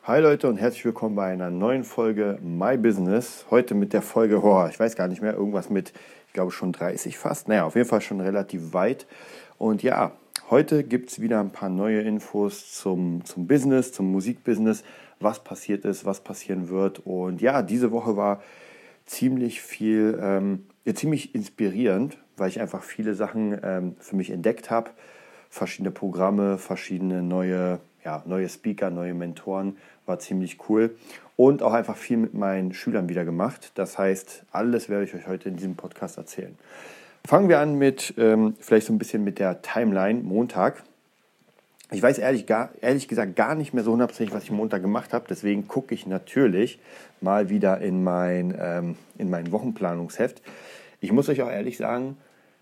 Hi Leute und herzlich willkommen bei einer neuen Folge My Business. Heute mit der Folge, ich weiß gar nicht mehr, irgendwas mit, ich glaube schon 30 fast. Naja, auf jeden Fall schon relativ weit. Und ja, heute gibt es wieder ein paar neue Infos zum Business, zum Musikbusiness, was passiert ist, was passieren wird. Und ja, diese Woche war ziemlich ziemlich inspirierend, weil ich einfach viele Sachen für mich entdeckt habe. Verschiedene Programme, verschiedene neue Speaker, neue Mentoren, war ziemlich cool. Und auch einfach viel mit meinen Schülern wieder gemacht. Das heißt, alles werde ich euch heute in diesem Podcast erzählen. Fangen wir an mit vielleicht so ein bisschen mit der Timeline, Montag. Ich weiß ehrlich gesagt gar nicht mehr so hundertprozentig, was ich Montag gemacht habe. Deswegen gucke ich natürlich mal wieder in mein Wochenplanungsheft. Ich muss euch auch ehrlich sagen,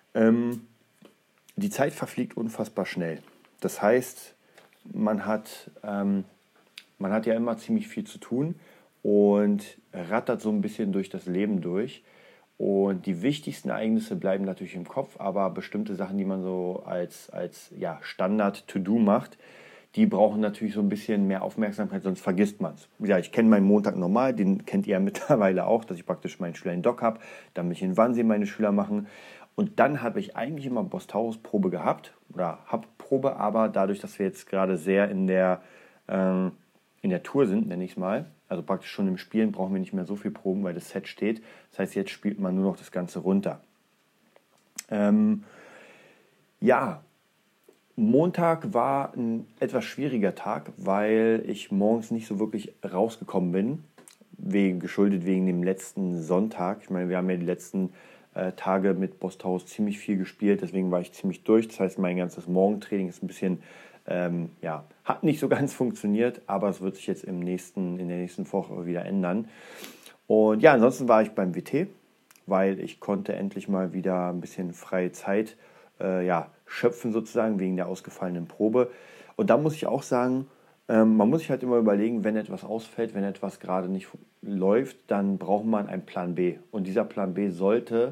die Zeit verfliegt unfassbar schnell. Das heißt, man hat ja immer ziemlich viel zu tun und rattert so ein bisschen durch das Leben durch. Und die wichtigsten Ereignisse bleiben natürlich im Kopf, aber bestimmte Sachen, die man so als Standard-To-Do macht, die brauchen natürlich so ein bisschen mehr Aufmerksamkeit, sonst vergisst man es. Ja, ich kenne meinen Montag normal, den kennt ihr ja mittlerweile auch, dass ich praktisch meinen Schüler in Doc habe, damit ich in Wannsee meine Schüler machen. Und dann habe ich eigentlich immer Boss Taurus Probe gehabt oder habe Probe, aber dadurch, dass wir jetzt gerade sehr in der Tour sind, nenne ich es mal, also praktisch schon im Spielen, brauchen wir nicht mehr so viel Proben, weil das Set steht. Das heißt, jetzt spielt man nur noch das Ganze runter. Montag war ein etwas schwieriger Tag, weil ich morgens nicht so wirklich rausgekommen bin, geschuldet wegen dem letzten Sonntag. Ich meine, wir haben ja die letzten Tage mit Boss Taurus ziemlich viel gespielt, deswegen war ich ziemlich durch. Das heißt, mein ganzes Morgentraining ist ein bisschen, hat nicht so ganz funktioniert, aber es wird sich jetzt in der nächsten Woche wieder ändern. Und ja, ansonsten war ich beim WT, weil ich konnte endlich mal wieder ein bisschen freie Zeit schöpfen sozusagen wegen der ausgefallenen Probe. Und da muss ich auch sagen, man muss sich halt immer überlegen, wenn etwas ausfällt, wenn etwas gerade nicht läuft, dann braucht man einen Plan B. Und dieser Plan B sollte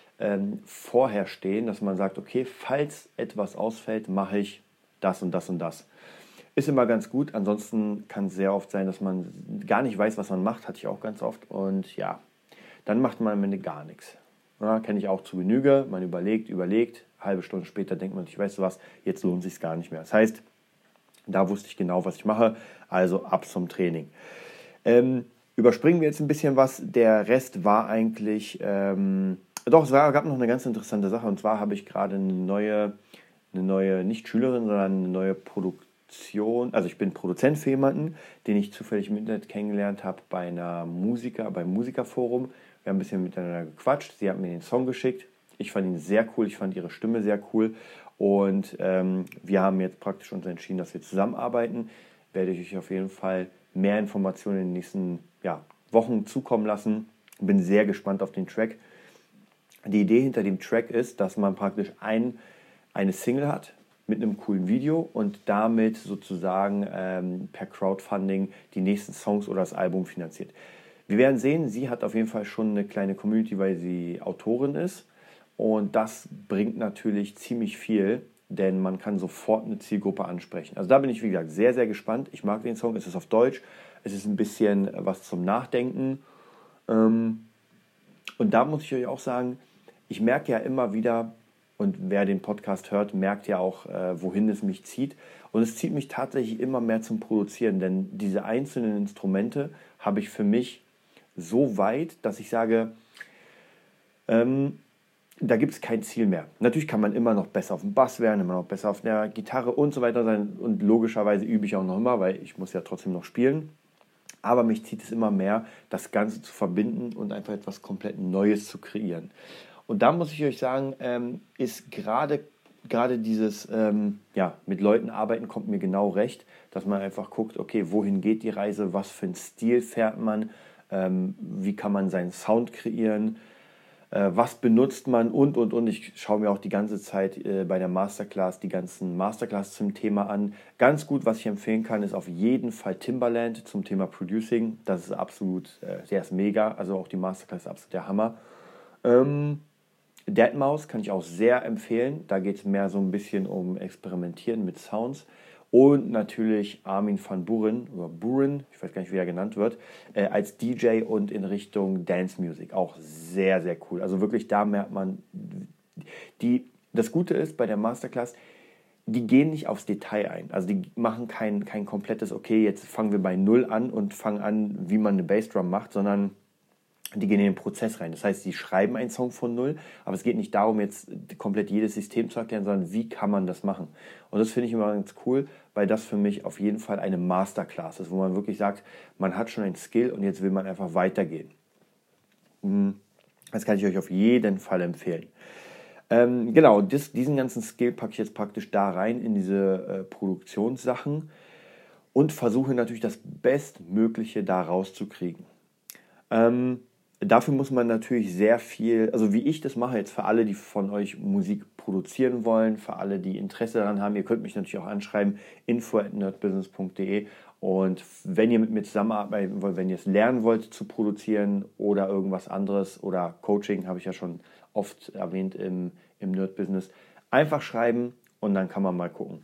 vorher stehen, dass man sagt, okay, falls etwas ausfällt, mache ich das und das und das. Ist immer ganz gut, ansonsten kann es sehr oft sein, dass man gar nicht weiß, was man macht, hatte ich auch ganz oft. Und ja, dann macht man am Ende gar nichts. Ja, kenne ich auch zu Genüge, man überlegt, halbe Stunde später denkt man sich, weißt du was, jetzt lohnt es sich gar nicht mehr. Das heißt, da wusste ich genau, was ich mache, also ab zum Training. Überspringen wir jetzt ein bisschen was, der Rest war eigentlich, es gab noch eine ganz interessante Sache, und zwar habe ich gerade eine neue, nicht Schülerin, sondern eine neue Produktion, also ich bin Produzent für jemanden, den ich zufällig im Internet kennengelernt habe beim Musikerforum. Wir haben ein bisschen miteinander gequatscht, sie hat mir den Song geschickt, ich fand ihn sehr cool, ich fand ihre Stimme sehr cool. Und wir haben jetzt praktisch uns entschieden, dass wir zusammenarbeiten. Werde ich euch auf jeden Fall mehr Informationen in den nächsten Wochen zukommen lassen. Bin sehr gespannt auf den Track. Die Idee hinter dem Track ist, dass man praktisch eine Single hat mit einem coolen Video und damit sozusagen per Crowdfunding die nächsten Songs oder das Album finanziert. Wir werden sehen, sie hat auf jeden Fall schon eine kleine Community, weil sie Autorin ist. Und das bringt natürlich ziemlich viel, denn man kann sofort eine Zielgruppe ansprechen. Also da bin ich, wie gesagt, sehr, sehr gespannt. Ich mag den Song, es ist auf Deutsch, es ist ein bisschen was zum Nachdenken. Und da muss ich euch auch sagen, ich merke ja immer wieder, und wer den Podcast hört, merkt ja auch, wohin es mich zieht. Und es zieht mich tatsächlich immer mehr zum Produzieren, denn diese einzelnen Instrumente habe ich für mich so weit, dass ich sage, da gibt es kein Ziel mehr. Natürlich kann man immer noch besser auf dem Bass werden, immer noch besser auf der Gitarre und so weiter sein. Und logischerweise übe ich auch noch immer, weil ich muss ja trotzdem noch spielen. Aber mich zieht es immer mehr, das Ganze zu verbinden und einfach etwas komplett Neues zu kreieren. Und da muss ich euch sagen, ist gerade dieses mit Leuten arbeiten kommt mir genau recht, dass man einfach guckt, okay, wohin geht die Reise, was für einen Stil fährt man, wie kann man seinen Sound kreieren, was benutzt man und. Ich schaue mir auch die ganze Zeit bei der Masterclass die ganzen Masterclass zum Thema an. Ganz gut, was ich empfehlen kann, ist auf jeden Fall Timbaland zum Thema Producing. Das ist absolut, der ist mega, also auch die Masterclass ist absolut der Hammer. Deadmau5 kann ich auch sehr empfehlen. Da geht es mehr so ein bisschen um Experimentieren mit Sounds. und natürlich Armin van Buuren, oder Buuren, ich weiß gar nicht, wie er genannt wird, als DJ und in Richtung Dance Music. Auch sehr, sehr cool. Also wirklich, da merkt man, das Gute ist bei der Masterclass, die gehen nicht aufs Detail ein. Also die machen kein komplettes, okay, jetzt fangen wir bei Null an und fangen an, wie man eine Bassdrum macht, sondern die gehen in den Prozess rein. Das heißt, sie schreiben einen Song von Null, aber es geht nicht darum, jetzt komplett jedes System zu erklären, sondern wie kann man das machen. Und das finde ich immer ganz cool, weil das für mich auf jeden Fall eine Masterclass ist, wo man wirklich sagt, man hat schon ein Skill und jetzt will man einfach weitergehen. Das kann ich euch auf jeden Fall empfehlen. Genau, diesen ganzen Skill packe ich jetzt praktisch da rein in diese Produktionssachen und versuche natürlich das Bestmögliche da rauszukriegen. Dafür muss man natürlich sehr viel, also wie ich das mache jetzt für alle, die von euch Musik produzieren wollen, für alle, die Interesse daran haben, ihr könnt mich natürlich auch anschreiben, info@nerdbusiness.de, und wenn ihr mit mir zusammenarbeiten wollt, wenn ihr es lernen wollt zu produzieren oder irgendwas anderes oder Coaching, habe ich ja schon oft erwähnt im Nerd-Business, einfach schreiben und dann kann man mal gucken.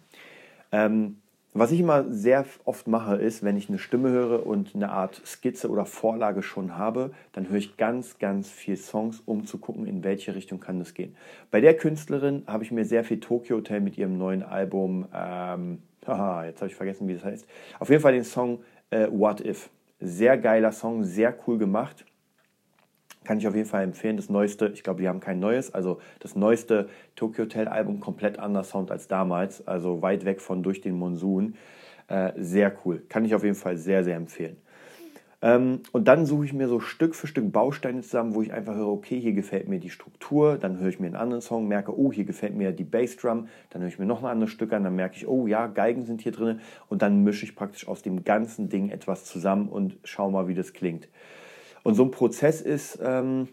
Was ich immer sehr oft mache, ist, wenn ich eine Stimme höre und eine Art Skizze oder Vorlage schon habe, dann höre ich ganz, ganz viel Songs, um zu gucken, in welche Richtung kann das gehen. Bei der Künstlerin habe ich mir sehr viel Tokyo Hotel mit ihrem neuen Album, jetzt habe ich vergessen, wie das heißt, auf jeden Fall den Song What If. Sehr geiler Song, sehr cool gemacht. Kann ich auf jeden Fall empfehlen. Das neueste, ich glaube, die haben kein neues, also das neueste Tokyo Hotel Album, komplett anderer Sound als damals, also weit weg von Durch den Monsun. Sehr cool. Kann ich auf jeden Fall sehr, sehr empfehlen. Und dann suche ich mir so Stück für Stück Bausteine zusammen, wo ich einfach höre, okay, hier gefällt mir die Struktur, dann höre ich mir einen anderen Song, merke, oh, hier gefällt mir die Bassdrum, dann höre ich mir noch ein anderes Stück an, dann merke ich, oh ja, Geigen sind hier drin, und dann mische ich praktisch aus dem ganzen Ding etwas zusammen und schaue mal, wie das klingt. Und so ein Prozess ist, also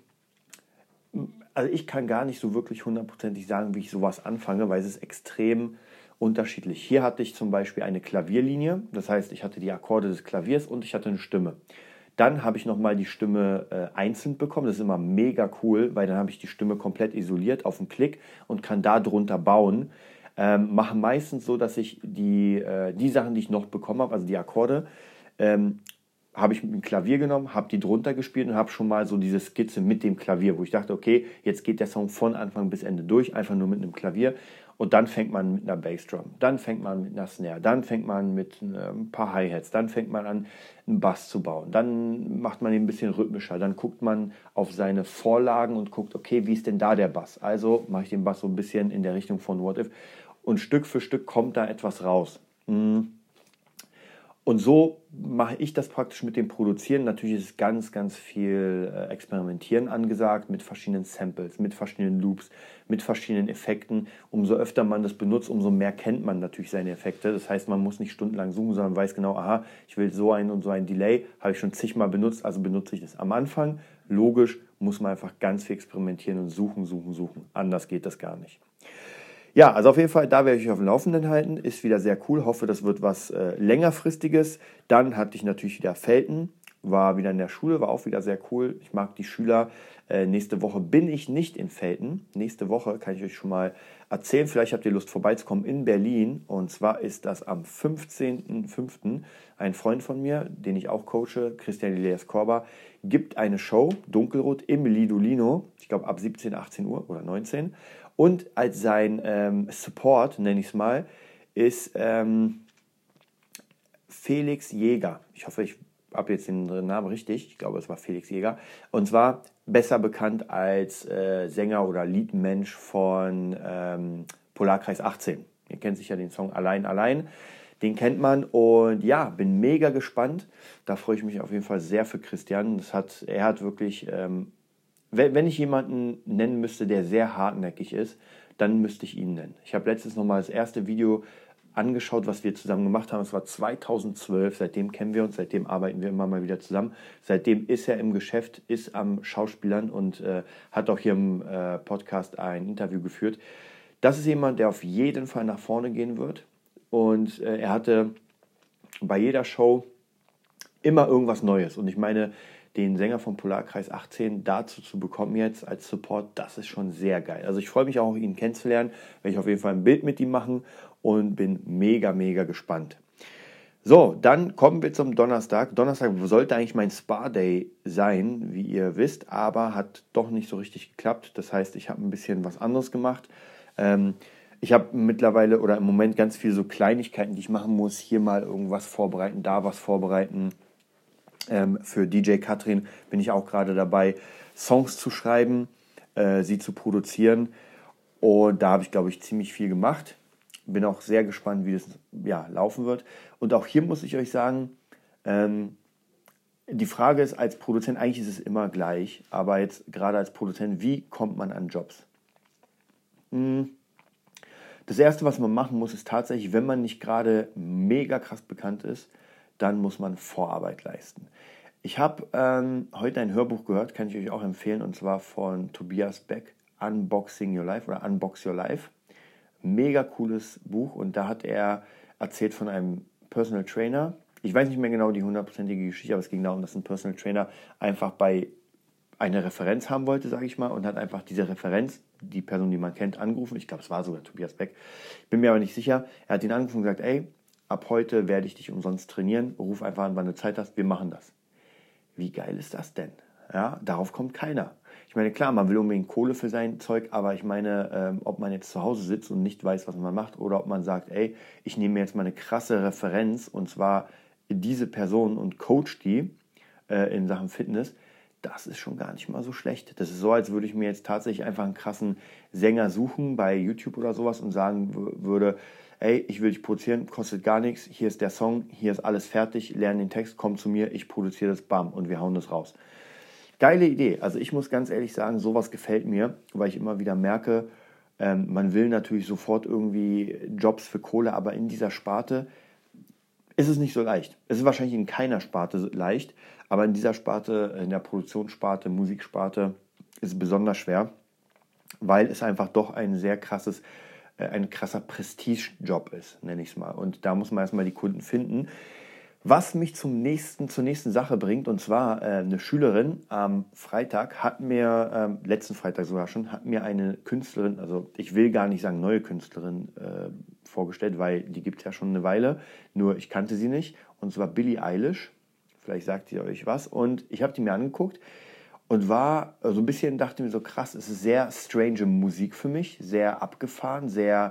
ich kann gar nicht so wirklich hundertprozentig sagen, wie ich sowas anfange, weil es ist extrem unterschiedlich. Hier hatte ich zum Beispiel eine Klavierlinie, das heißt, ich hatte die Akkorde des Klaviers und ich hatte eine Stimme. Dann habe ich nochmal die Stimme einzeln bekommen, das ist immer mega cool, weil dann habe ich die Stimme komplett isoliert auf einen Klick und kann da drunter bauen. Mache meistens so, dass ich die Sachen, die ich noch bekommen habe, also die Akkorde, habe ich mit dem Klavier genommen, habe die drunter gespielt und habe schon mal so diese Skizze mit dem Klavier, wo ich dachte, okay, jetzt geht der Song von Anfang bis Ende durch, einfach nur mit einem Klavier. Und dann fängt man mit einer Bassdrum, dann fängt man mit einer Snare, dann fängt man mit ein paar Hi-Hats, dann fängt man an, einen Bass zu bauen, dann macht man ihn ein bisschen rhythmischer, dann guckt man auf seine Vorlagen und guckt, okay, wie ist denn da der Bass? Also mache ich den Bass so ein bisschen in der Richtung von What If und Stück für Stück kommt da etwas raus. Und so mache ich das praktisch mit dem Produzieren. Natürlich ist es ganz, ganz viel Experimentieren angesagt mit verschiedenen Samples, mit verschiedenen Loops, mit verschiedenen Effekten. Umso öfter man das benutzt, umso mehr kennt man natürlich seine Effekte. Das heißt, man muss nicht stundenlang suchen, sondern weiß genau, aha, ich will so einen und so einen Delay, habe ich schon zigmal benutzt, also benutze ich das. Am Anfang, logisch, muss man einfach ganz viel experimentieren und suchen. Anders geht das gar nicht. Ja, also auf jeden Fall, da werde ich euch auf dem Laufenden halten. Ist wieder sehr cool. Hoffe, das wird was längerfristiges. Dann hatte ich natürlich wieder Felten. War wieder in der Schule, war auch wieder sehr cool. Ich mag die Schüler. Nächste Woche bin ich nicht in Velten. Nächste Woche kann ich euch schon mal erzählen. Vielleicht habt ihr Lust vorbeizukommen in Berlin. Und zwar ist das am 15.05. Ein Freund von mir, den ich auch coache, Christian Elias Korber, gibt eine Show, Dunkelrot, im Lidolino. Ich glaube ab 17, 18 Uhr oder 19. Und als sein Support, nenne ich es mal, ist Felix Jäger. Ich hoffe, ich habe jetzt den Namen richtig. Ich glaube, es war Felix Jäger. Und zwar besser bekannt als Sänger oder Liedmensch von Polarkreis 18. Ihr kennt sicher den Song Allein, Allein. Den kennt man und ja, bin mega gespannt. Da freue ich mich auf jeden Fall sehr für Christian. Er hat wirklich... wenn ich jemanden nennen müsste, der sehr hartnäckig ist, dann müsste ich ihn nennen. Ich habe letztens nochmal das erste Video angeschaut, was wir zusammen gemacht haben. Es war 2012, seitdem kennen wir uns, seitdem arbeiten wir immer mal wieder zusammen. Seitdem ist er im Geschäft, ist am Schauspielern und hat auch hier im Podcast ein Interview geführt. Das ist jemand, der auf jeden Fall nach vorne gehen wird. Und er hatte bei jeder Show immer irgendwas Neues. Und ich meine, den Sänger von Polarkreis 18 dazu zu bekommen jetzt als Support, das ist schon sehr geil. Also ich freue mich auch, ihn kennenzulernen, werde ich auf jeden Fall ein Bild mit ihm machen und bin mega, mega gespannt. So, dann kommen wir zum Donnerstag. Donnerstag sollte eigentlich mein Spa-Day sein, wie ihr wisst, aber hat doch nicht so richtig geklappt. Das heißt, ich habe ein bisschen was anderes gemacht. Ich habe mittlerweile oder im Moment ganz viele so Kleinigkeiten, die ich machen muss. Hier mal irgendwas vorbereiten, da was vorbereiten. Für DJ Katrin bin ich auch gerade dabei, Songs zu schreiben, sie zu produzieren. Und da habe ich, glaube ich, ziemlich viel gemacht. Bin auch sehr gespannt, wie das laufen wird. Und auch hier muss ich euch sagen, die Frage ist als Produzent, eigentlich ist es immer gleich, aber jetzt gerade als Produzent, wie kommt man an Jobs? Das Erste, was man machen muss, ist tatsächlich, wenn man nicht gerade mega krass bekannt ist, dann muss man Vorarbeit leisten. Ich habe heute ein Hörbuch gehört, kann ich euch auch empfehlen, und zwar von Tobias Beck, Unboxing Your Life oder Unbox Your Life. Mega cooles Buch, und da hat er erzählt von einem Personal Trainer. Ich weiß nicht mehr genau die 100%ige Geschichte, aber es ging darum, dass ein Personal Trainer einfach eine Referenz haben wollte, sage ich mal, und hat einfach diese Referenz, die Person, die man kennt, angerufen. Ich glaube, es war sogar Tobias Beck. Ich bin mir aber nicht sicher. Er hat ihn angerufen und gesagt, ey, ab heute werde ich dich umsonst trainieren. Ruf einfach an, wann du Zeit hast. Wir machen das. Wie geil ist das denn? Ja, darauf kommt keiner. Ich meine, klar, man will unbedingt Kohle für sein Zeug, aber ich meine, ob man jetzt zu Hause sitzt und nicht weiß, was man macht, oder ob man sagt, ey, ich nehme mir jetzt mal eine krasse Referenz, und zwar diese Person, und coach die in Sachen Fitness, das ist schon gar nicht mal so schlecht. Das ist so, als würde ich mir jetzt tatsächlich einfach einen krassen Sänger suchen bei YouTube oder sowas und sagen würde, ey, ich will dich produzieren, kostet gar nichts, hier ist der Song, hier ist alles fertig, lerne den Text, komm zu mir, ich produziere das, bam, und wir hauen das raus. Geile Idee. Also ich muss ganz ehrlich sagen, sowas gefällt mir, weil ich immer wieder merke, man will natürlich sofort irgendwie Jobs für Kohle, aber in dieser Sparte ist es nicht so leicht. Es ist wahrscheinlich in keiner Sparte leicht, aber in dieser Sparte, in der Produktionssparte, Musiksparte, ist es besonders schwer, weil es einfach doch ein krasser Prestigejob ist, nenne ich es mal. Und da muss man erstmal die Kunden finden. Was mich zur nächsten Sache bringt, und zwar eine Schülerin am Freitag letzten Freitag sogar schon, hat mir eine Künstlerin, also ich will gar nicht sagen neue Künstlerin, vorgestellt, weil die gibt es ja schon eine Weile, nur ich kannte sie nicht, und zwar Billie Eilish, vielleicht sagt ihr euch was, und ich habe die mir angeguckt und war so ein bisschen, dachte mir so krass, es ist sehr strange Musik für mich, sehr abgefahren, sehr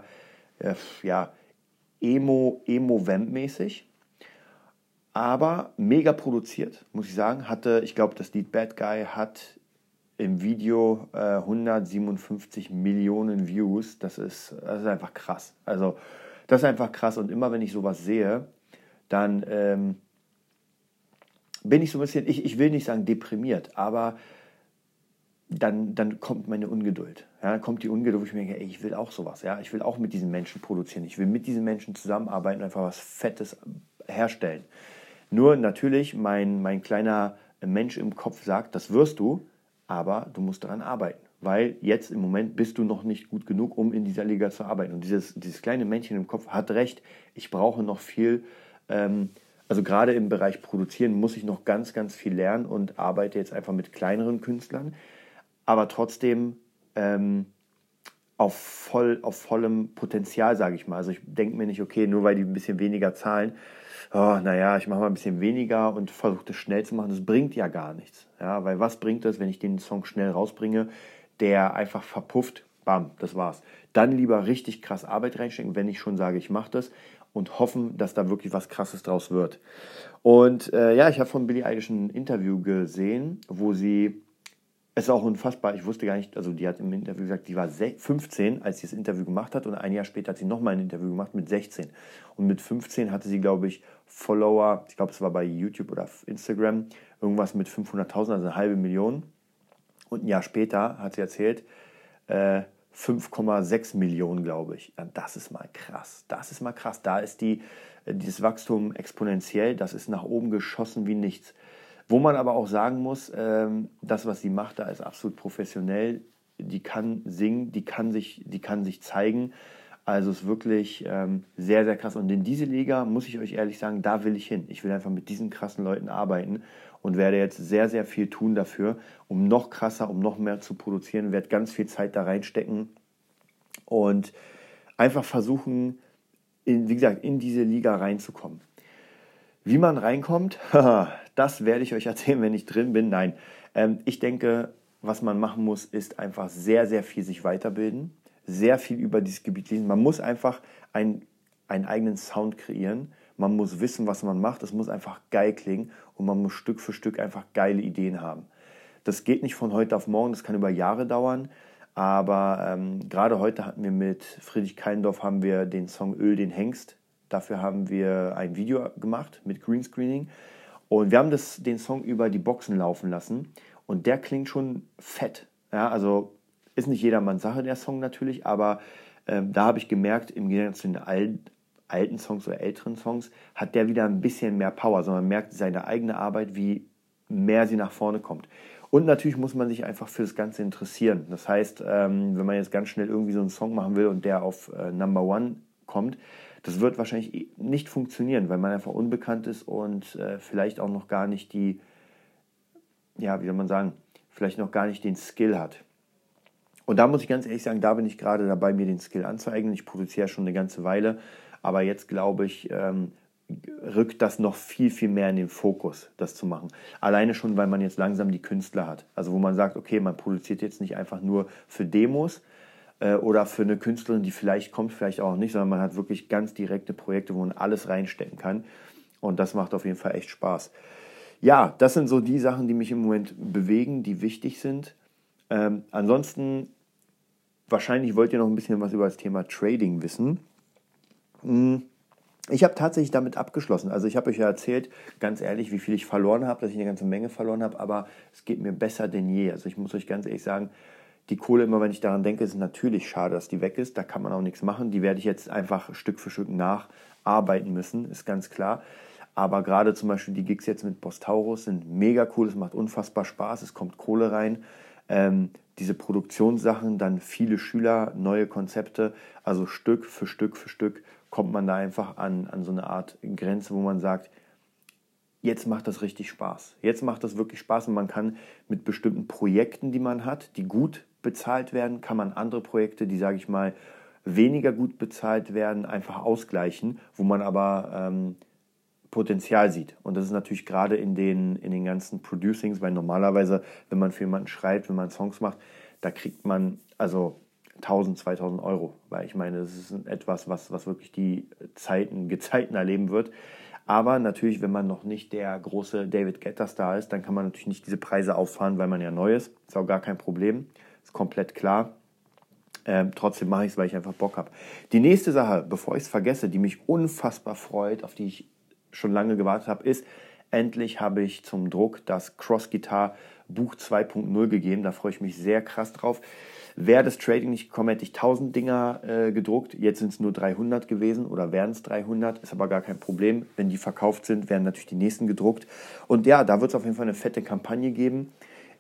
Emo-Vamp-mäßig. Aber mega produziert, muss ich sagen. Ich glaube, das Lied Bad Guy hat im Video 157 Millionen Views. Das ist einfach krass. Also, das ist einfach krass. Und immer wenn ich sowas sehe, dann bin ich so ein bisschen, ich will nicht sagen deprimiert, aber dann kommt meine Ungeduld. Ja, dann kommt die Ungeduld, wo ich mir denke, ey, ich will auch sowas. Ja? Ich will auch mit diesen Menschen produzieren. Ich will mit diesen Menschen zusammenarbeiten und einfach was Fettes herstellen. Nur natürlich, mein kleiner Mensch im Kopf sagt, das wirst du, aber du musst daran arbeiten. Weil jetzt im Moment bist du noch nicht gut genug, um in dieser Liga zu arbeiten. Und dieses kleine Männchen im Kopf hat recht, ich brauche noch viel, also gerade im Bereich Produzieren muss ich noch ganz, ganz viel lernen und arbeite jetzt einfach mit kleineren Künstlern, aber trotzdem auf vollem Potenzial, sage ich mal. Also ich denke mir nicht, okay, nur weil die ein bisschen weniger zahlen, ich mache mal ein bisschen weniger und versuche das schnell zu machen. Das bringt ja gar nichts. Ja, weil was bringt es, wenn ich den Song schnell rausbringe, der einfach verpufft, bam, das war's. Dann lieber richtig krass Arbeit reinstecken, wenn ich schon sage, ich mache das, und hoffen, dass da wirklich was Krasses draus wird. Und ich habe von Billie Eilish ein Interview gesehen, wo sie, es ist auch unfassbar, ich wusste gar nicht, also die hat im Interview gesagt, die war 15, als sie das Interview gemacht hat, und ein Jahr später hat sie nochmal ein Interview gemacht mit 16. Und mit 15 hatte sie, glaube ich, Follower, ich glaube, es war bei YouTube oder Instagram, irgendwas mit 500.000, also 500.000. Und ein Jahr später hat sie erzählt, 5,6 Millionen, glaube ich. Ja, das ist mal krass. Da ist dieses Wachstum exponentiell, das ist nach oben geschossen wie nichts. Wo man aber auch sagen muss, das, was sie macht, da ist absolut professionell. Die kann singen, die kann sich zeigen. Also ist wirklich sehr, sehr krass. Und in diese Liga, muss ich euch ehrlich sagen, da will ich hin. Ich will einfach mit diesen krassen Leuten arbeiten und werde jetzt sehr, sehr viel tun dafür, um noch krasser, um noch mehr zu produzieren. Werde ganz viel Zeit da reinstecken und einfach versuchen, wie gesagt, in diese Liga reinzukommen. Wie man reinkommt, das werde ich euch erzählen, wenn ich drin bin. Nein, ich denke, was man machen muss, ist einfach sehr, sehr viel sich weiterbilden, sehr viel über dieses Gebiet lesen. Man muss einfach einen eigenen Sound kreieren. Man muss wissen, was man macht. Es muss einfach geil klingen und man muss Stück für Stück einfach geile Ideen haben. Das geht nicht von heute auf morgen, das kann über Jahre dauern. Aber gerade heute hatten wir mit Friedrich Keindorf haben wir den Song Öl den Hengst. Dafür haben wir ein Video gemacht mit Greenscreening. Und wir haben den Song über die Boxen laufen lassen. Und der klingt schon fett. Ja, also ist nicht jedermanns Sache, der Song natürlich. Aber da habe ich gemerkt, im Gegensatz zu den alten Songs oder älteren Songs, hat der wieder ein bisschen mehr Power. Sondern man merkt seine eigene Arbeit, wie mehr sie nach vorne kommt. Und natürlich muss man sich einfach für das Ganze interessieren. Das heißt, wenn man jetzt ganz schnell irgendwie so einen Song machen will und der auf Number One kommt, das wird wahrscheinlich nicht funktionieren, weil man einfach unbekannt ist und vielleicht auch noch gar nicht wie soll man sagen, vielleicht noch gar nicht den Skill hat. Und da muss ich ganz ehrlich sagen, da bin ich gerade dabei, mir den Skill anzueignen. Ich produziere schon eine ganze Weile, aber jetzt glaube ich, rückt das noch viel, viel mehr in den Fokus, das zu machen. Alleine schon, weil man jetzt langsam die Künstler hat. Also wo man sagt, okay, man produziert jetzt nicht einfach nur für Demos oder für eine Künstlerin, die vielleicht kommt, vielleicht auch nicht, sondern man hat wirklich ganz direkte Projekte, wo man alles reinstecken kann. Und das macht auf jeden Fall echt Spaß. Ja, das sind so die Sachen, die mich im Moment bewegen, die wichtig sind. Ansonsten, wahrscheinlich wollt ihr noch ein bisschen was über das Thema Trading wissen. Ich habe tatsächlich damit abgeschlossen. Also ich habe euch ja erzählt, ganz ehrlich, wie viel ich verloren habe, dass ich eine ganze Menge verloren habe, aber es geht mir besser denn je. Also ich muss euch ganz ehrlich sagen, die Kohle, immer wenn ich daran denke, ist natürlich schade, dass die weg ist. Da kann man auch nichts machen. Die werde ich jetzt einfach Stück für Stück nacharbeiten müssen, ist ganz klar. Aber gerade zum Beispiel die Gigs jetzt mit Boss Taurus sind mega cool. Es macht unfassbar Spaß. Es kommt Kohle rein. Diese Produktionssachen, dann viele Schüler, neue Konzepte. Also Stück für Stück für Stück kommt man da einfach an so eine Art Grenze, wo man sagt, jetzt macht das richtig Spaß. Jetzt macht das wirklich Spaß und man kann mit bestimmten Projekten, die man hat, die gut bezahlt werden, kann man andere Projekte, die, sage ich mal, weniger gut bezahlt werden, einfach ausgleichen, wo man aber Potenzial sieht. Und das ist natürlich gerade in den ganzen Producings, weil normalerweise, wenn man für jemanden schreibt, wenn man Songs macht, da kriegt man also 1.000, 2.000 Euro, weil ich meine, das ist etwas, was wirklich die Gezeiten erleben wird. Aber natürlich, wenn man noch nicht der große David Guetta-Star ist, dann kann man natürlich nicht diese Preise auffahren, weil man ja neu ist. Ist auch gar kein Problem, ist komplett klar. Trotzdem mache ich es, weil ich einfach Bock habe. Die nächste Sache, bevor ich es vergesse, die mich unfassbar freut, auf die ich schon lange gewartet habe, ist, endlich habe ich zum Druck das Cross Guitar Buch 2.0 gegeben. Da freue ich mich sehr krass drauf. Wäre das Trading nicht gekommen, hätte ich 1000 Dinger gedruckt. Jetzt sind es nur 300 gewesen oder wären es 300. Ist aber gar kein Problem. Wenn die verkauft sind, werden natürlich die nächsten gedruckt. Und ja, da wird es auf jeden Fall eine fette Kampagne geben.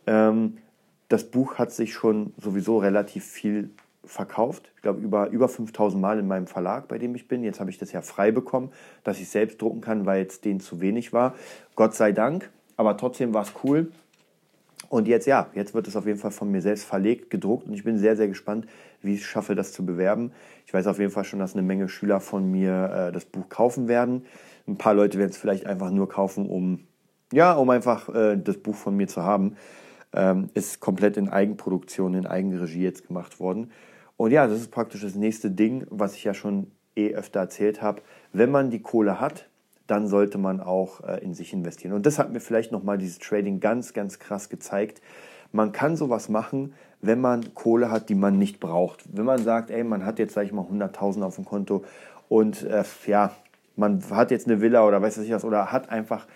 Das Buch hat sich schon sowieso relativ viel verkauft. Ich glaube, über 5000 Mal in meinem Verlag, bei dem ich bin. Jetzt habe ich das ja frei bekommen, dass ich selbst drucken kann, weil jetzt denen zu wenig war. Gott sei Dank. Aber trotzdem war es cool. Und jetzt wird es auf jeden Fall von mir selbst verlegt, gedruckt und ich bin sehr, sehr gespannt, wie ich es schaffe, das zu bewerben. Ich weiß auf jeden Fall schon, dass eine Menge Schüler von mir das Buch kaufen werden. Ein paar Leute werden es vielleicht einfach nur kaufen, um einfach das Buch von mir zu haben. Ist komplett in Eigenproduktion, in Eigenregie jetzt gemacht worden. Und ja, das ist praktisch das nächste Ding, was ich ja schon öfter erzählt habe. Wenn man die Kohle hat, dann sollte man auch in sich investieren. Und das hat mir vielleicht nochmal dieses Trading ganz, ganz krass gezeigt. Man kann sowas machen, wenn man Kohle hat, die man nicht braucht. Wenn man sagt, man hat jetzt, sag ich mal, 100.000 auf dem Konto und man hat jetzt eine Villa oder weiß was, oder hat einfach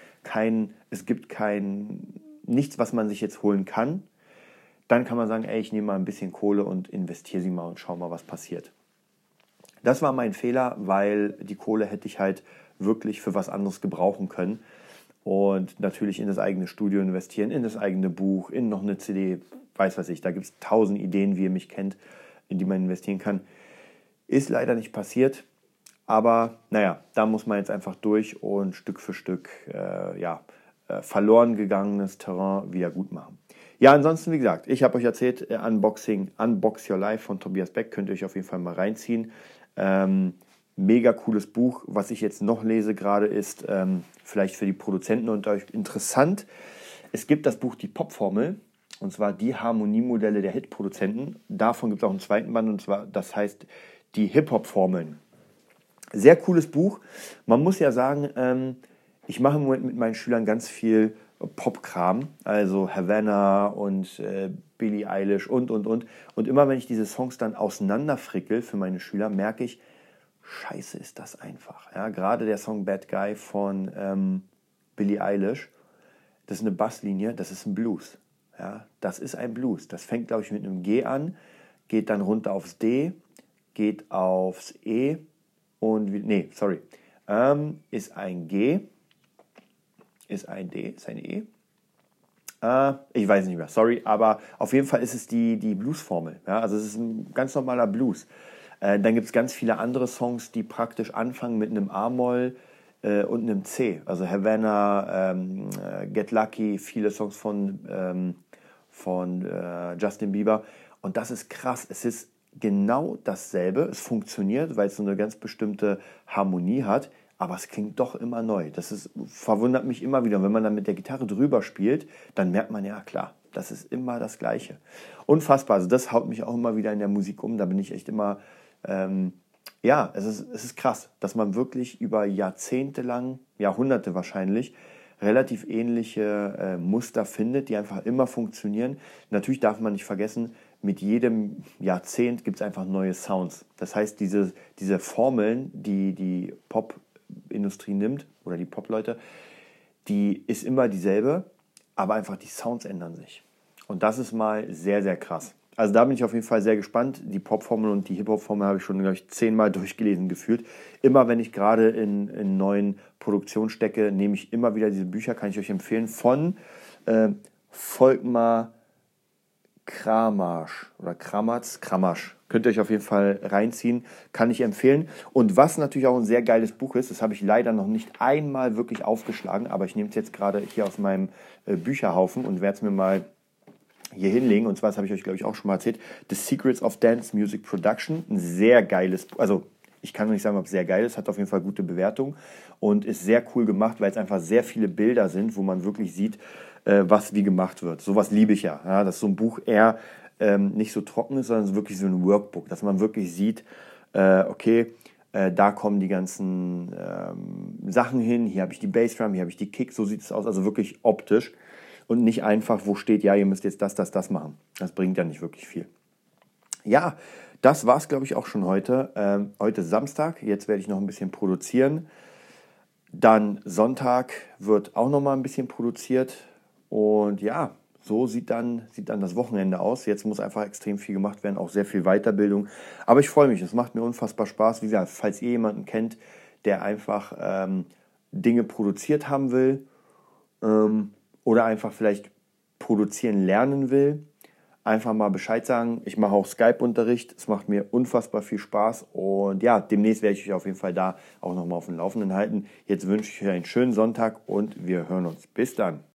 nichts, was man sich jetzt holen kann, dann kann man sagen, ich nehme mal ein bisschen Kohle und investiere sie mal und schau mal, was passiert. Das war mein Fehler, weil die Kohle hätte ich halt wirklich für was anderes gebrauchen können und natürlich in das eigene Studio investieren, in das eigene Buch, in noch eine CD, weiß was ich, da gibt es 1000 Ideen, wie ihr mich kennt, in die man investieren kann. Ist leider nicht passiert, aber da muss man jetzt einfach durch und Stück für Stück verloren gegangenes Terrain wieder gut machen. Ja, ansonsten, wie gesagt, ich habe euch Unbox Your Life von Tobias Beck, könnt ihr euch auf jeden Fall mal reinziehen. Mega cooles Buch. Was ich jetzt noch lese gerade ist, vielleicht für die Produzenten unter euch interessant. Es gibt das Buch Die Popformel, und zwar die Harmoniemodelle der Hitproduzenten. Davon gibt es auch einen zweiten Band, und zwar, das heißt die Hip-Hop-Formeln. Sehr cooles Buch. Man muss ja sagen, ich mache im Moment mit meinen Schülern ganz viel Pop-Kram, also Havana und Billie Eilish und. Und immer wenn ich diese Songs dann auseinanderfrickel für meine Schüler, merke ich, scheiße ist das einfach. Ja, gerade der Song Bad Guy von Billie Eilish, das ist eine Basslinie, das ist ein Blues. Ja, das ist ein Blues. Das fängt, glaube ich, mit einem G an, geht dann runter aufs D, geht aufs E und, ist ein G, ist ein D, ist ein E. Ich weiß nicht mehr, sorry, aber auf jeden Fall ist es die Blues-Formel. Ja, also es ist ein ganz normaler Blues. Dann gibt es ganz viele andere Songs, die praktisch anfangen mit einem A-Moll und einem C. Also Havana, Get Lucky, viele Songs von Justin Bieber. Und das ist krass. Es ist genau dasselbe. Es funktioniert, weil es so eine ganz bestimmte Harmonie hat. Aber es klingt doch immer neu. Verwundert mich immer wieder. Und wenn man dann mit der Gitarre drüber spielt, dann merkt man, ja klar, das ist immer das Gleiche. Unfassbar. Also das haut mich auch immer wieder in der Musik um. Da bin ich echt immer, es ist krass, dass man wirklich über Jahrzehnte lang, Jahrhunderte wahrscheinlich, relativ ähnliche Muster findet, die einfach immer funktionieren. Natürlich darf man nicht vergessen, mit jedem Jahrzehnt gibt es einfach neue Sounds. Das heißt, diese Formeln, die Pop-Industrie nimmt, oder die Pop-Leute, die ist immer dieselbe, aber einfach die Sounds ändern sich. Und das ist mal sehr, sehr krass. Also da bin ich auf jeden Fall sehr gespannt. Die Pop-Formel und die Hip-Hop-Formel habe ich schon, glaube ich, 10-mal durchgelesen gefühlt. Immer wenn ich gerade in neuen Produktionen stecke, nehme ich immer wieder diese Bücher, kann ich euch empfehlen, von Volkmar Kramasch oder Kramasch. Könnt ihr euch auf jeden Fall reinziehen, kann ich empfehlen. Und was natürlich auch ein sehr geiles Buch ist, das habe ich leider noch nicht einmal wirklich aufgeschlagen, aber ich nehme es jetzt gerade hier aus meinem Bücherhaufen und werde es mir mal hier hinlegen. Und zwar, das habe ich euch, glaube ich, auch schon mal erzählt, The Secrets of Dance Music Production. Ein sehr geiles Buch, also ich kann noch nicht sagen, ob es sehr geil ist, hat auf jeden Fall gute Bewertung und ist sehr cool gemacht, weil es einfach sehr viele Bilder sind, wo man wirklich sieht, was wie gemacht wird. Sowas liebe ich ja, dass so ein Buch eher nicht so trocken ist, sondern wirklich so ein Workbook, dass man wirklich sieht, da kommen die ganzen Sachen hin, hier habe ich die Bassdrum, hier habe ich die Kick, so sieht es aus, also wirklich optisch und nicht einfach, wo steht, ja, ihr müsst jetzt das machen. Das bringt ja nicht wirklich viel. Ja, das war es, glaube ich, auch schon heute. Heute Samstag, jetzt werde ich noch ein bisschen produzieren. Dann Sonntag wird auch noch mal ein bisschen produziert. Und ja, so sieht dann das Wochenende aus. Jetzt muss einfach extrem viel gemacht werden, auch sehr viel Weiterbildung. Aber ich freue mich, es macht mir unfassbar Spaß. Wie gesagt, falls ihr jemanden kennt, der einfach Dinge produziert haben will oder einfach vielleicht produzieren lernen will, einfach mal Bescheid sagen. Ich mache auch Skype-Unterricht. Es macht mir unfassbar viel Spaß. Und ja, demnächst werde ich euch auf jeden Fall da auch nochmal auf dem Laufenden halten. Jetzt wünsche ich euch einen schönen Sonntag und wir hören uns. Bis dann.